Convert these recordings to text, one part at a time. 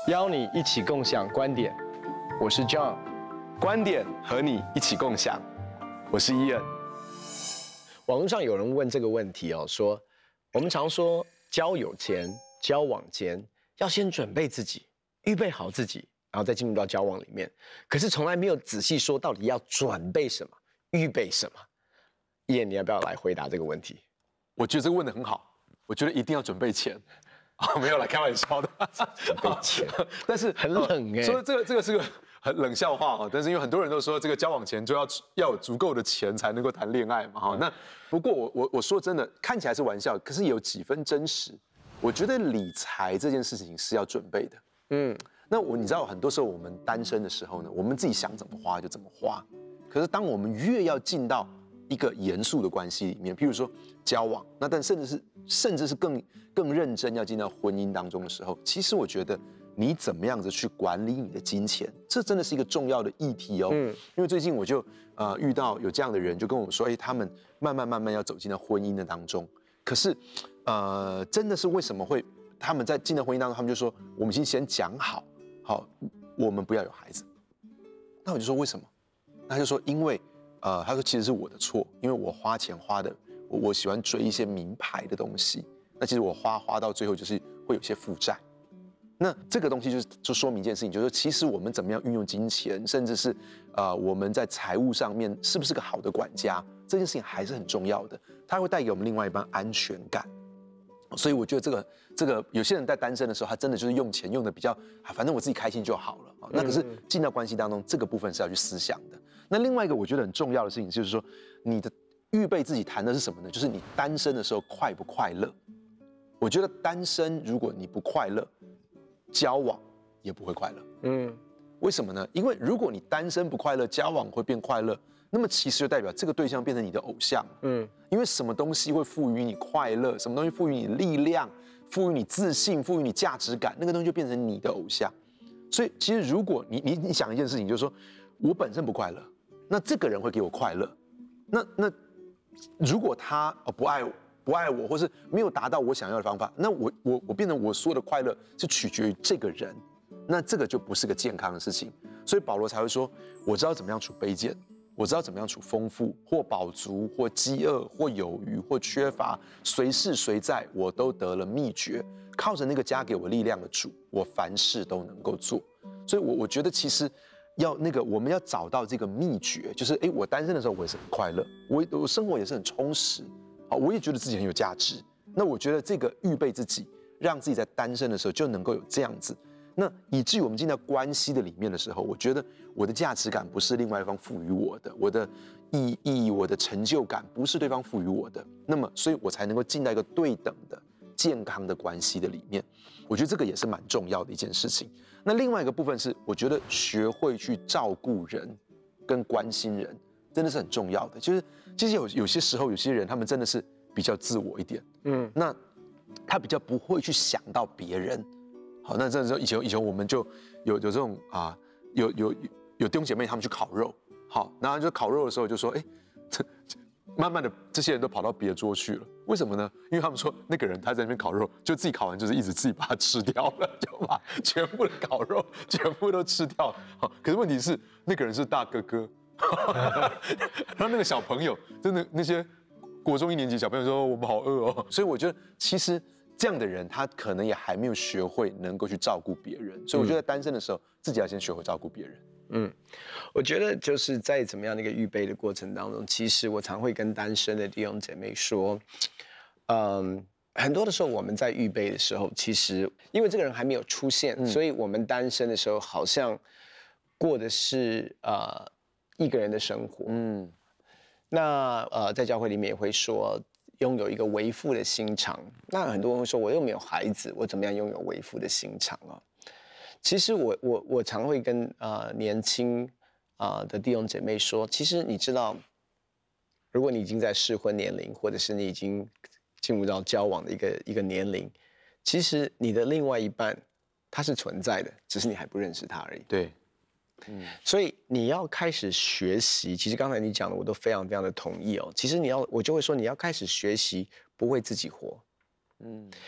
邀你一起共享观点。我是 John， 观点和你一起共享。我是Ian。 网络上有人问这个问题哦，说我们常说交友前、交往前要先准备自己，预备好自己，然后再进入到交往里面。可是从来没有仔细说到底要准备什么、预备什么。Ian，你要不要来回答这个问题？ 我觉得这个问得很好，我觉得一定要准备钱。没有啦，开玩笑的。 准备钱， 但是很冷哎。 说这个是个很冷笑话啊，但是因为很多人都说这个交往前就要有足够的钱才能够谈恋爱嘛哈。那不过我说真的，看起来是玩笑，可是有几分真实。我觉得理财这件事情是要准备的。那你知道很多时候我们单身的时候呢，我们自己想怎么花就怎么花。可是当我们越要进到一个严肃的关系里面，譬如说交往，那但甚至是更认真要进到婚姻当中的时候，其实我觉得你怎么样子去管理你的金钱，这真的是一个重要的议题哦。因为最近我就遇到有这样的人，就跟我说，他们慢慢要走进到婚姻的当中，可是真的是为什么会他们在进到婚姻当中，他们就说我们已经先讲好，我们不要有孩子。那我就说为什么？那他就说因为他说其实是我的错，因为我花钱花的，我喜欢追一些名牌的东西，那其实我花到最后就是会有些负债。那这个东西就说明一件事情，就是说其实我们怎么样运用金钱，甚至是我们在财务上面是不是个好的管家，这件事情还是很重要的，它会带给我们另外一半安全感。所以我觉得这个有些人在单身的时候，他真的就是用钱用的比较反正我自己开心就好了。那可是进到关系当中，这个部分是要去思想的。那另外一个我觉得很重要的事情就是说，你的预备自己谈的是什么呢？就是你单身的时候快不快乐？我觉得单身如果你不快乐，交往也不会快乐。为什么呢？因为如果你单身不快乐，交往会变快乐，那么其实就代表这个对象变成你的偶像。因为什么东西会赋予你快乐，什么东西赋予你力量，赋予你自信，赋予你价值感，那个东西就变成你的偶像。所以其实如果你想一件事情，就是说我本身不快乐，那这个人会给我快乐。那如果他不爱我，或是没有达到我想要的方法，那我变成我所有的快乐是取决于这个人，那这个就不是个健康的事情。所以保罗才会说，我知道怎么样处卑贱，我知道怎么样处丰富，或饱足，或饥饿，或有余，或缺乏，随事随在，我都得了秘诀。靠着那个加给我力量的主，我凡事都能够做。所以我觉得其实我们要找到这个秘诀，就是我单身的时候我也是很快乐，我生活也是很充实，我也觉得自己很有价值。那我觉得这个预备自己，让自己在单身的时候就能够有这样子。那以至于我们进到关系的里面的时候，我觉得我的价值感不是另外一方赋予我的，我的意义、我的成就感不是对方赋予我的，那么所以我才能够进到一个对等的、健康的关系的里面。我觉得这个也是蛮重要的一件事情。那另外一个部分是，我觉得学会去照顾人跟关心人，真的是很重要的。就是其实有些时候，有些人他们真的是比较自我一点，那他比较不会去想到别人。好，那这时候以前我们就有这种有弟兄姐妹他们去烤肉，好，然后就烤肉的时候就说，慢慢的这些人都跑到别桌去了，为什么呢？因为他们说那个人他在那边烤肉，就自己烤完就是一直自己把它吃掉了，就把全部的烤肉全部都吃掉了。好，可是问题是那个人是大哥哥，然后那个小朋友真的那些国中1年级小朋友说我们好饿哦，所以我觉得其实这样的人他可能也还没有学会能够去照顾别人，所以我觉得单身的时候自己要先学会照顾别人。 我觉得就是在怎么样的一个预备的过程当中，其实我常会跟单身的弟兄姐妹说，很多的时候我们在预备的时候，其实因为这个人还没有出现，所以我们单身的时候好像过的是一个人的生活。那在教会里面也会说，拥有一个为父的心肠。那很多人会说，我又没有孩子，我怎么样拥有为父的心肠啊？其实我常会跟年轻的弟兄姐妹说，其实你知道，如果你已经在适婚年龄，或者是你已经进入到交往的一个年龄，其实你的另外一半他是存在的，只是你还不认识他而已。 对， 所以你要开始学习。其实刚才你讲的我都非常非常的同意哦。其实我就会说你要开始学习不为自己活。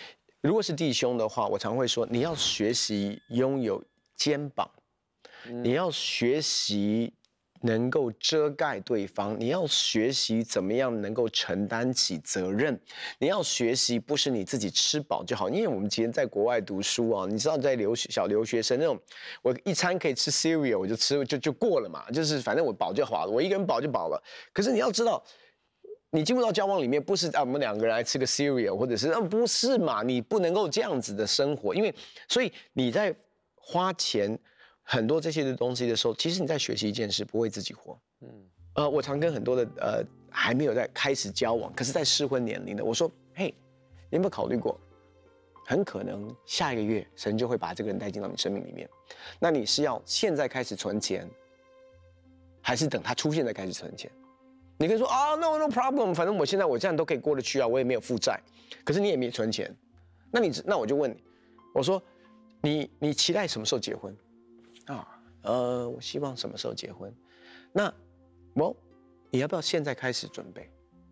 如果是弟兄的话，我常会说，你要学习拥有肩膀，你要学习能够遮盖对方，你要学习怎么样能够承担起责任，你要学习不是你自己吃饱就好，因为我们今天在国外读书啊，你知道在小留学生那种，我一餐可以吃 cereal， 我就吃就过了嘛，就是反正我饱就好了，我一个人饱就饱了。可是你要知道，你进入到交往里面，不是我们2个人来吃个 cereal， 或者是不是嘛？你不能够这样子的生活，因为所以你在花钱。很多这些的东西的时候，其实你在学习一件事，不为自己活。我常跟很多的还没有在开始交往，可是在适婚年龄的，我说，嘿，你有没有考虑过，很可能下一个月神就会把这个人带进到你生命里面，那你是要现在开始存钱，还是等他出现再开始存钱？你可以说啊，no problem， 反正我现在这样都可以过得去啊，我也没有负债，可是你也没存钱，那我就问你，我说你期待什么时候结婚？我希望什么时候结婚？那你要不要现在开始准备？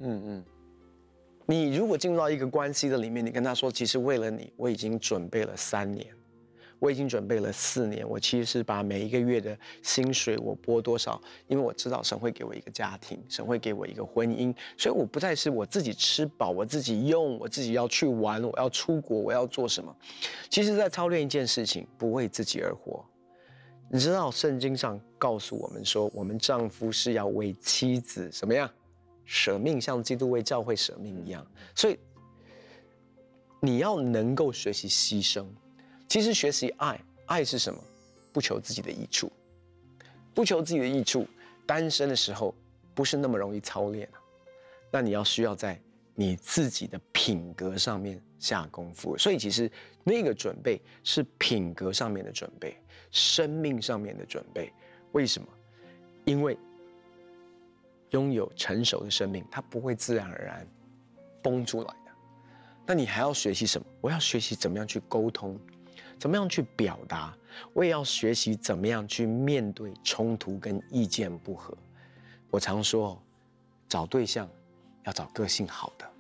你如果进入到一个关系的里面，你跟他说，其实为了你，我已经准备了3年，我已经准备了4年，我其实是把每一个月的薪水我拨多少，因为我知道神会给我一个家庭，神会给我一个婚姻，所以我不再是我自己吃饱，我自己用，我自己要去玩，我要出国，我要做什么？其实，在操练一件事情，不为自己而活。你知道圣经上告诉我们说，我们丈夫是要为妻子什么样舍命，像基督为教会舍命一样。所以你要能够学习牺牲。其实学习爱是什么？不求自己的益处，不求自己的益处。单身的时候不是那么容易操练啊。那你需要在你自己的品格上面下功夫。所以其实那个准备是品格上面的准备。生命上面的准备，为什么？因为拥有成熟的生命，它不会自然而然崩出来的。那你还要学习什么？我要学习怎么样去沟通，怎么样去表达，我也要学习怎么样去面对冲突跟意见不合。我常说，找对象要找个性好的。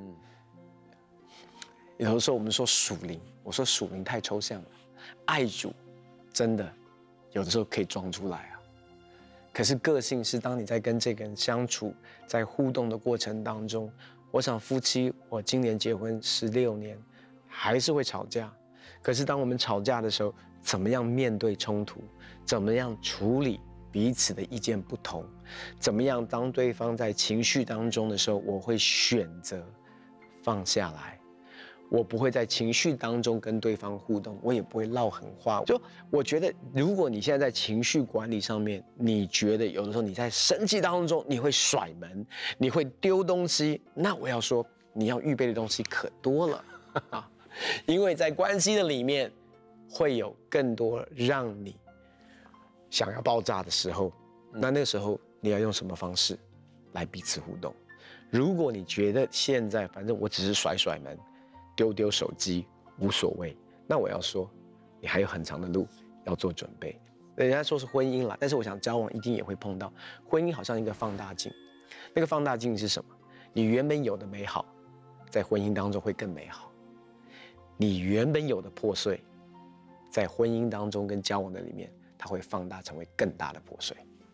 有的时候我们说属灵，我说属灵太抽象了，爱主。真的，有的时候可以装出来啊。可是个性是当你在跟这个人相处，在互动的过程当中，我想夫妻，我今年结婚16年，还是会吵架。可是当我们吵架的时候，怎么样面对冲突？怎么样处理彼此的意见不同？怎么样当对方在情绪当中的时候，我会选择放下来。我不会在情绪当中跟对方互动，我也不会唠狠话。就我觉得，如果你现在在情绪管理上面，你觉得有的时候你在生气当中你会甩门，你会丢东西，那我要说你要预备的东西可多了啊，因为在关系的里面会有更多让你想要爆炸的时候，那个时候你要用什么方式来彼此互动？如果你觉得现在反正我只是甩门。丢手机无所谓，那我要说，你还有很长的路要做准备。人家说是婚姻啦，但是我想交往一定也会碰到。婚姻好像一个放大镜，那个放大镜是什么？你原本有的美好，在婚姻当中会更美好；你原本有的破碎，在婚姻当中跟交往的里面，它会放大成为更大的破碎。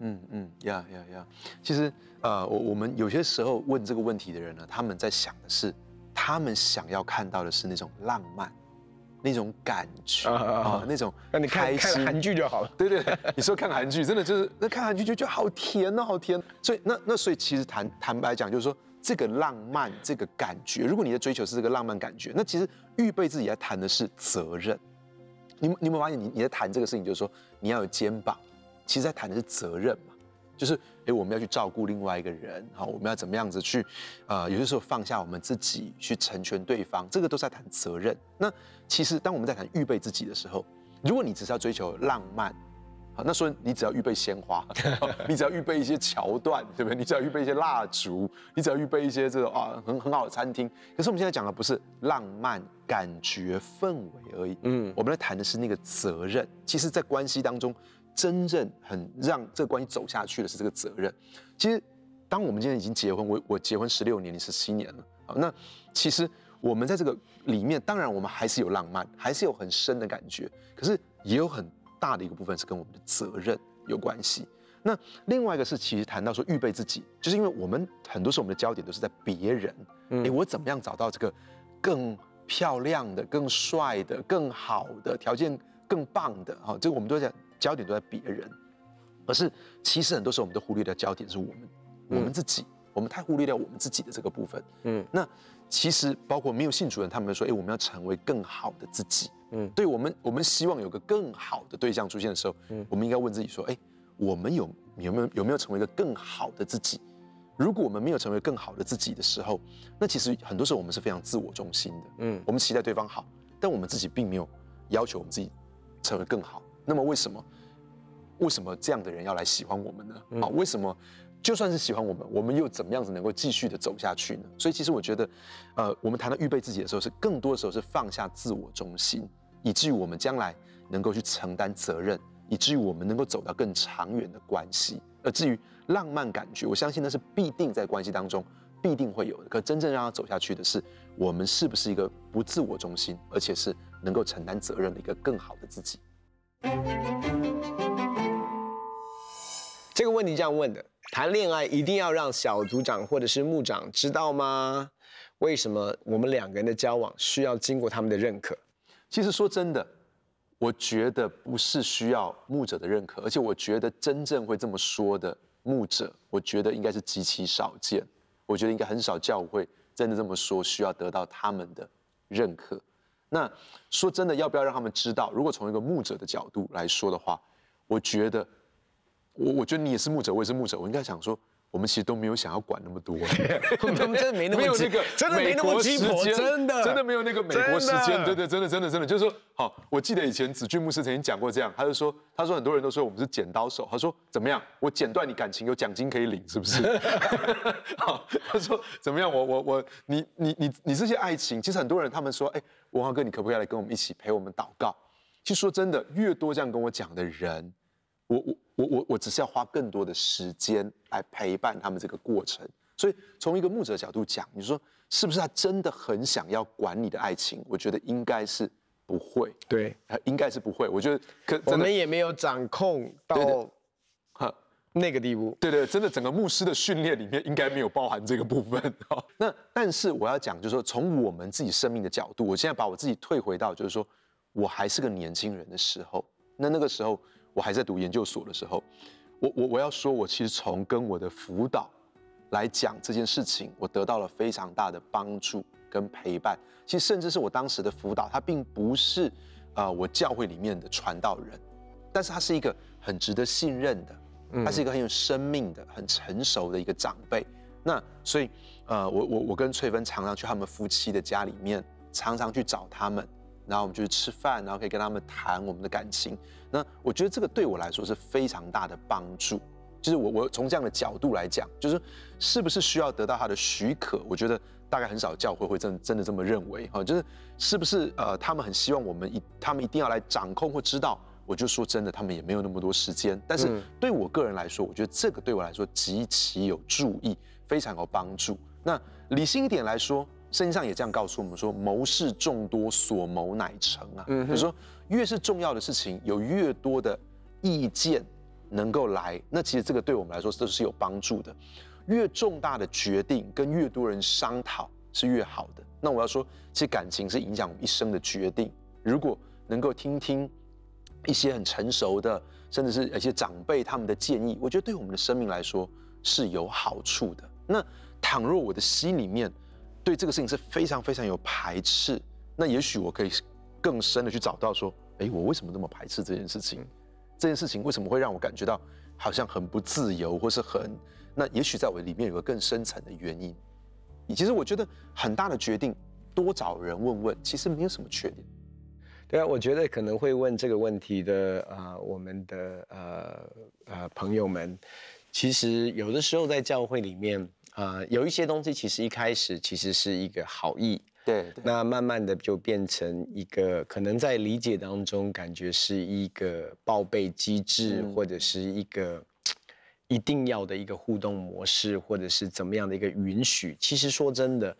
其实我们有些时候问这个问题的人呢，他们在想的是。他们想要看到的是那种浪漫，那种感觉那种那你看韩剧就好了。 对，你说看韩剧，真的就是那看韩剧就好甜哦，好甜。所以所以其实坦白讲，就是说这个浪漫这个感觉，如果你的追求是这个浪漫感觉，那其实预备自己在谈的是责任。你有没有发现你在谈这个事情，就是说你要有肩膀，其实在谈的是责任嘛。就是我们要去照顾另外一个人，好，我们要怎么样子去，有些时候放下我们自己去成全对方，这个都是在谈责任。那其实当我们在谈预备自己的时候，如果你只是要追求浪漫，好，那说你只要预备鲜花，你只要预备一些桥段，对不对？你只要预备一些蜡烛，你只要预备一些这种很好的餐厅。可是我们现在讲的不是浪漫感觉氛围而已，我们在谈的是那个责任。其实，在关系当中。真正很让这个关系走下去的是这个责任。其实，当我们今天已经结婚，我结婚16年，你17年了，好，那其实我们在这个里面，当然我们还是有浪漫，还是有很深的感觉，可是也有很大的一个部分是跟我们的责任有关系。那另外一个是，其实谈到说预备自己，就是因为我们很多时候我们的焦点都是在别人，我怎么样找到这个更漂亮的、更帅的、更好的条件、更棒的，这个我们都在焦点都在别人，而是其实很多时候我们都忽略掉焦点是我们自己，我们太忽略掉我们自己的这个部分。那其实包括没有信主人，他们说，我们要成为更好的自己。对我们希望有个更好的对象出现的时候，我们应该问自己说，我们有没有成为一个更好的自己？如果我们没有成为更好的自己的时候，那其实很多时候我们是非常自我中心的。我们期待对方好，但我们自己并没有要求我们自己成为更好。那么为什么这样的人要来喜欢我们呢？为什么就算是喜欢我们，我们又怎么样子能够继续的走下去呢？所以其实我觉得，我们谈到预备自己的时候，是更多的时候是放下自我中心，以至于我们将来能够去承担责任，以至于我们能够走到更长远的关系。而至于浪漫感觉，我相信那是必定在关系当中必定会有的。可真正让它走下去的是，我们是不是一个不自我中心，而且是能够承担责任的一个更好的自己。 这个问题这样问的：谈恋爱一定要让小组长或者是牧长知道吗？为什么我们两个人的交往需要经过他们的认可？ 其实说真的，我觉得不是需要牧者的认可，而且我觉得真正会这么说的牧者，我觉得应该是极其少见。我觉得应该很少教会真的这么说，需要得到他们的认可。那说真的，要不要让他们知道？如果从一个牧者的角度来说的话，我觉得你也是牧者，我也是牧者，我应该想说，我们其实都没有想要管那么多， 我们真的没那么没有那个真的没那么鸡婆，真的没有那个美国时间，对，真的，就是说，好，我记得以前子俊牧师曾经讲过这样，他说很多人都说我们是剪刀手，他说怎么样，我剪断你感情有奖金可以领，是不是？好，他说怎么样，你这些爱情，其实很多人他们说，文华哥，你可不可以来跟我们一起陪我们祷告？其实说真的，越多这样跟我讲的人，我只是要花更多的时间来陪伴他们这个过程。所以从一个牧者的角度讲，你说是不是他真的很想要管你的爱情？我觉得应该是不会， 对， 应该是不会。我觉得我们也没有掌控到那个地步。 对，真的整个牧师的训练里面应该没有包含这个部分。那但是我要讲，就是说从我们自己生命的角度，我现在把我自己退回到，就是说我还是个年轻人的时候，那个时候我还在读研究所的时候，我要说，我其实从跟我的辅导来讲这件事情，我得到了非常大的帮助跟陪伴。其实甚至是我当时的辅导，他并不是我教会里面的传道人，但是他是一个很值得信任的，他是一个很有生命的、很成熟的一个长辈。那所以我跟翠芬常常去他们夫妻的家里面，常常去找他们，然后我们就去吃饭，然后可以跟他们谈我们的感情。那我觉得这个对我来说是非常大的帮助。就是我从这样的角度来讲，就是是不是需要得到他的许可？我觉得大概很少教会会真的这么认为哈。就是是不是他们很希望他们一定要来掌控或知道？我就说真的，他们也没有那么多时间。但是对我个人来说，我觉得这个对我来说极其有助益，非常有帮助。那理性一点来说，圣经上也这样告诉我们说，谋事众多，所谋乃成啊。就是说，越是重要的事情，有越多的意见能够来，那其实这个对我们来说都是有帮助的。越重大的决定跟越多人商讨是越好的。那我要说，其实感情是影响我们一生的决定。如果能够听听一些很成熟的，甚至是一些长辈他们的建议，我觉得对我们的生命来说是有好处的。那倘若我的心里面对这个事情是非常非常有排斥，那也许我可以更深的去找到说，我为什么那么排斥这件事情？这件事情为什么会让我感觉到好像很不自由，或是那也许在我里面有个更深层的原因。其实我觉得很大的决定，多找人问问，其实没有什么缺点。 对啊，我觉得可能会问这个问题的我们的朋友们，其实有的时候在教会里面有一些东西，其实一开始其实是一个好意。 对， 那慢慢的就变成一个可能在理解当中感觉是一个报备机制，或者是一个一定要的一个互动模式，或者是怎么样的一个允许。其实说真的，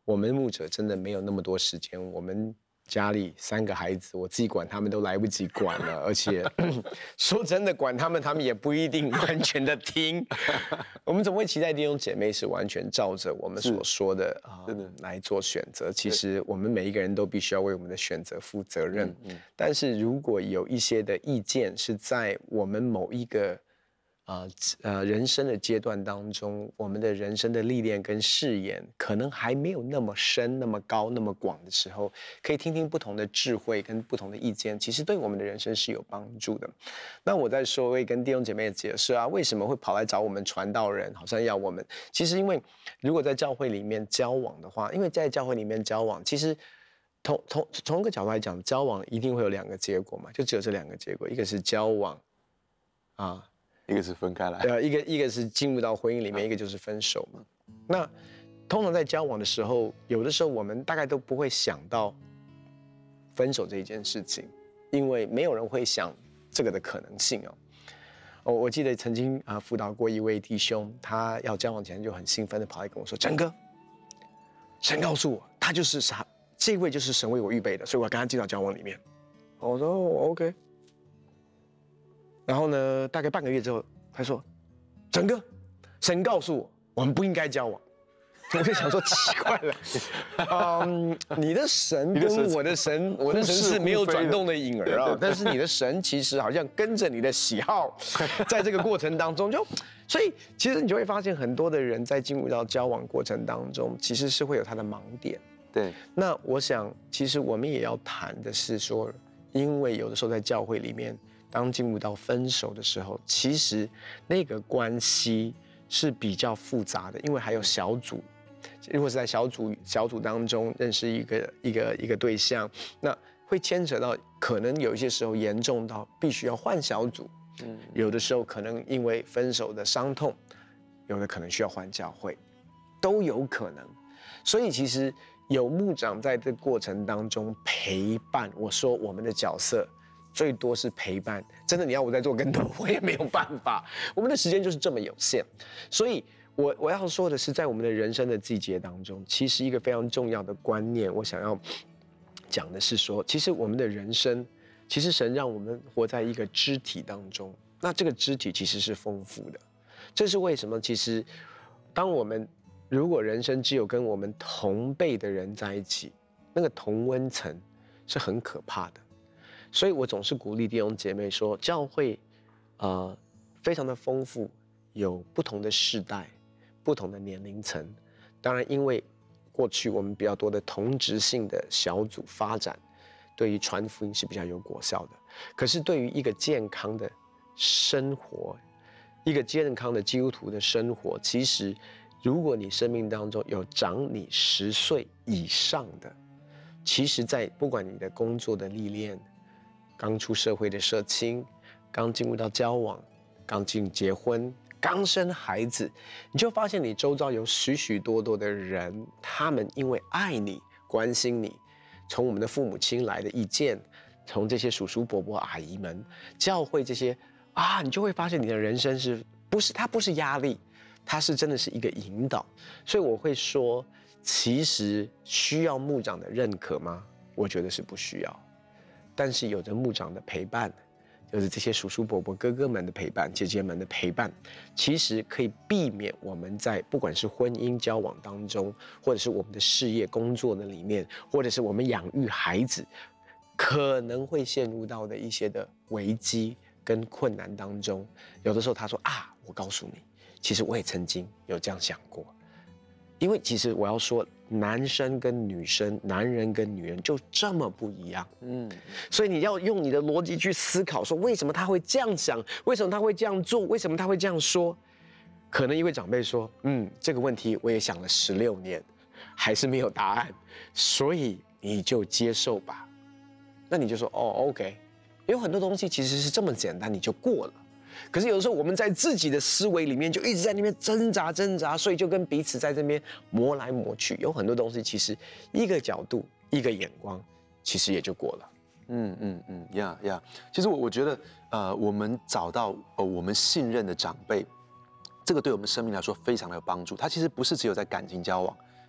我们牧者真的没有那么多时间，我们家里3个孩子，我自己管他们都来不及管了，而且说真的，管他们也不一定完全的听。我们怎么会期待弟兄姐妹是完全照着我们所说的来做选择？其实我们每一个人都必须要为我们的选择负责任。但是如果有一些的意见是在我们某一个人生的阶段当中，我们的人生的历练跟视野可能还没有那么深、那么高、那么广的时候，可以听听不同的智慧跟不同的意见，其实对我们的人生是有帮助的。那我在说，我也跟弟兄姐妹解释啊，为什么会跑来找我们传道人，好像要我们？其实因为如果在教会里面交往的话，因为在教会里面交往，其实从一个角度来讲，交往一定会有2个结果嘛，就只有这2个结果，一个是交往啊。 一个是分开来， 一个是进入到婚姻里面，一个就是分手嘛。那通常在交往的时候，有的时候我们大概都不会想到分手这一件事情，因为没有人会想这个的可能性哦。我记得曾经辅导过一位弟兄，他要交往前就很兴奋的跑来跟我说：“真哥，神告诉我，他就是这位就是神为我预备的，所以我要跟他进到交往里面。”我说：“OK。”然后呢，大概半个月之后，他说：“整个神告诉我，我们不应该交往。”我就想说，奇怪了，你的神跟我的神是没有转动的影儿啊，但是你的神其实好像跟着你的喜好，在这个过程当中所以其实你就会发现，很多的人在进入到交往过程当中，其实是会有他的盲点。 对， 那我想，其实我们也要谈的是说，因为有的时候在教会里面。当进入到分手的时候，其实那个关系是比较复杂的，因为还有小组。如果是在小组当中认识一个对象，那会牵扯到可能有一些时候严重到必须要换小组，有的时候可能因为分手的伤痛，有的可能需要换教会，都有可能。所以其实有牧长在这过程当中陪伴。我说我们的角色。最多是陪伴，真的，你要我再做跟头，我也没有办法。我们的时间就是这么有限，所以我要说的是，在我们的人生的季节当中，其实一个非常重要的观念，我想要讲的是说，其实我们的人生，其实神让我们活在一个肢体当中，那这个肢体其实是丰富的。这是为什么？其实，当我们如果人生只有跟我们同辈的人在一起，那个同温层是很可怕的。所以我总是鼓励弟兄姐妹说，教会，非常的丰富，有不同的世代，不同的年龄层。当然，因为过去我们比较多的同质性的小组发展，对于传福音是比较有果效的。可是对于一个健康的生活，一个健康的基督徒的生活，其实如果你生命当中有长你10岁以上的，其实在不管你的工作的历练，刚出社会的社青，刚进入到交往，刚进入结婚，刚生孩子，你就发现你周遭有许许多多的人，他们因为爱你、关心你，从我们的父母亲来的意见，从这些叔叔伯伯阿姨们、教会这些你就会发现你的人生它不是压力，它是真的是一个引导。所以我会说，其实需要牧长的认可吗？我觉得是不需要。但是有着牧长的陪伴，就是这些叔叔伯伯哥哥们的陪伴，姐姐们的陪伴，其实可以避免我们在不管是婚姻交往当中，或者是我们的事业工作的里面，或者是我们养育孩子，可能会陷入到的一些的危机跟困难当中。有的时候他说我告诉你，其实我也曾经有这样想过。因为其实我要说，男生跟女生，男人跟女人就这么不一样，所以你要用你的逻辑去思考，说为什么他会这样想，为什么他会这样做，为什么他会这样说？可能一位长辈说，这个问题我也想了16年，还是没有答案，所以你就接受吧。那你就说OK， 有很多东西其实是这么简单，你就过了。可是有的时候我们在自己的思维里面就一直在那边挣扎，所以就跟彼此在这边磨来磨去。有很多东西其实一个角度、一个眼光，其实也就过了。 其实我觉得，我们找到我们信任的长辈，这个对我们生命来说非常的有帮助。它其实不是只有在感情交往，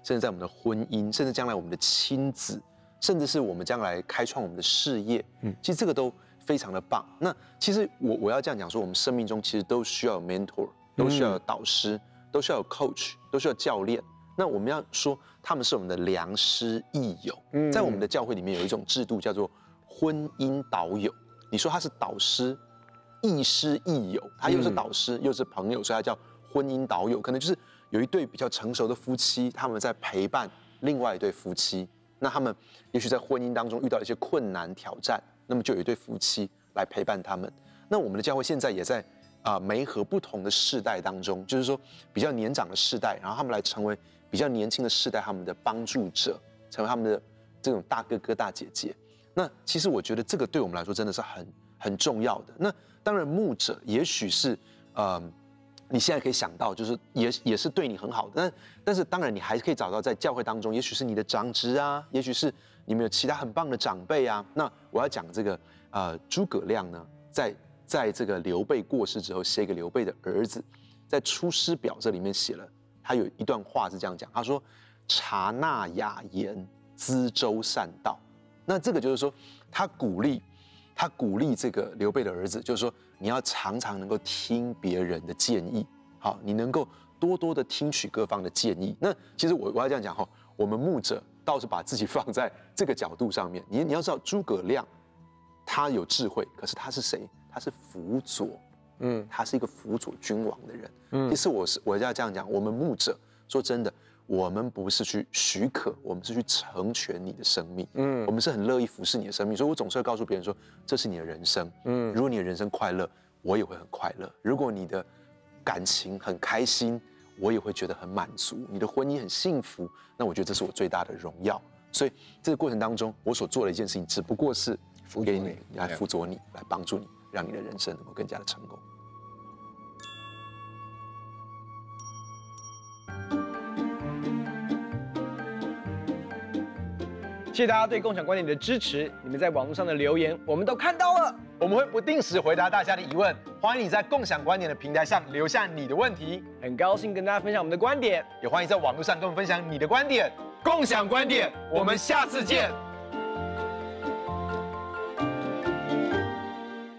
甚至在我们的婚姻，甚至将来我们的亲子，甚至是我们将来开创我们的事业，其实这个都非常的棒。那其实我要这样讲说，我们生命中其实都需要有 mentor， 都需要有导师，都需要有 coach， 都需要教练。那我们要说他们是我们的良师益友。在我们的教会里面有一种制度叫做婚姻导友。你说他是导师，亦师亦友，他又是导师又是朋友，所以他叫婚姻导友。可能就是有一对比较成熟的夫妻，他们在陪伴另外一对夫妻。那他们也许在婚姻当中遇到一些困难挑战，那么就有一对夫妻来陪伴他们。那我们的教会现在也在媒合不同的世代当中，就是说比较年长的世代，然后他们来成为比较年轻的世代他们的帮助者，成为他们的这种大哥哥大姐姐。那其实我觉得这个对我们来说真的是很重要的。那当然牧者也许是你现在可以想到就是也是对你很好的，但是当然你还可以找到在教会当中，也许是你的长职啊，也许是你们有其他很棒的长辈啊。那我要讲这个诸葛亮呢，在这个刘备过世之后，写给刘备的儿子，在《出师表》这里面写了，他有一段话是这样讲，他说：“察纳雅言，咨周善道。”那这个就是说，他鼓励这个刘备的儿子，就是说你要常常能够听别人的建议，好，你能够多多的听取各方的建议。那其实我要这样讲哈，我们牧者倒是把自己放在这个角度上面。你要知道，诸葛亮他有智慧，可是他是谁？他是辅佐，他是一个辅佐君王的人。其实我要这样讲，我们牧者说真的。我们不是去许可，我们是去成全你的生命。我们是很乐意服侍你的生命，所以我总是会告诉别人说，这是你的人生。如果你的人生快乐，我也会很快乐；如果你的感情很开心，我也会觉得很满足；你的婚姻很幸福，那我觉得这是我最大的荣耀。所以这个过程当中，我所做的一件事情，只不过是给你来辅佐你，来帮助你，让你的人生能够更加的成功。 谢谢大家对共享观点的支持，你们在网络上的留言我们都看到了， 我们会不定时回答大家的疑问，欢迎你在共享观点的平台上留下你的问题。 很高兴跟大家分享我们的观点， 也欢迎在网络上跟我们分享你的观点。共享观点，我们下次见。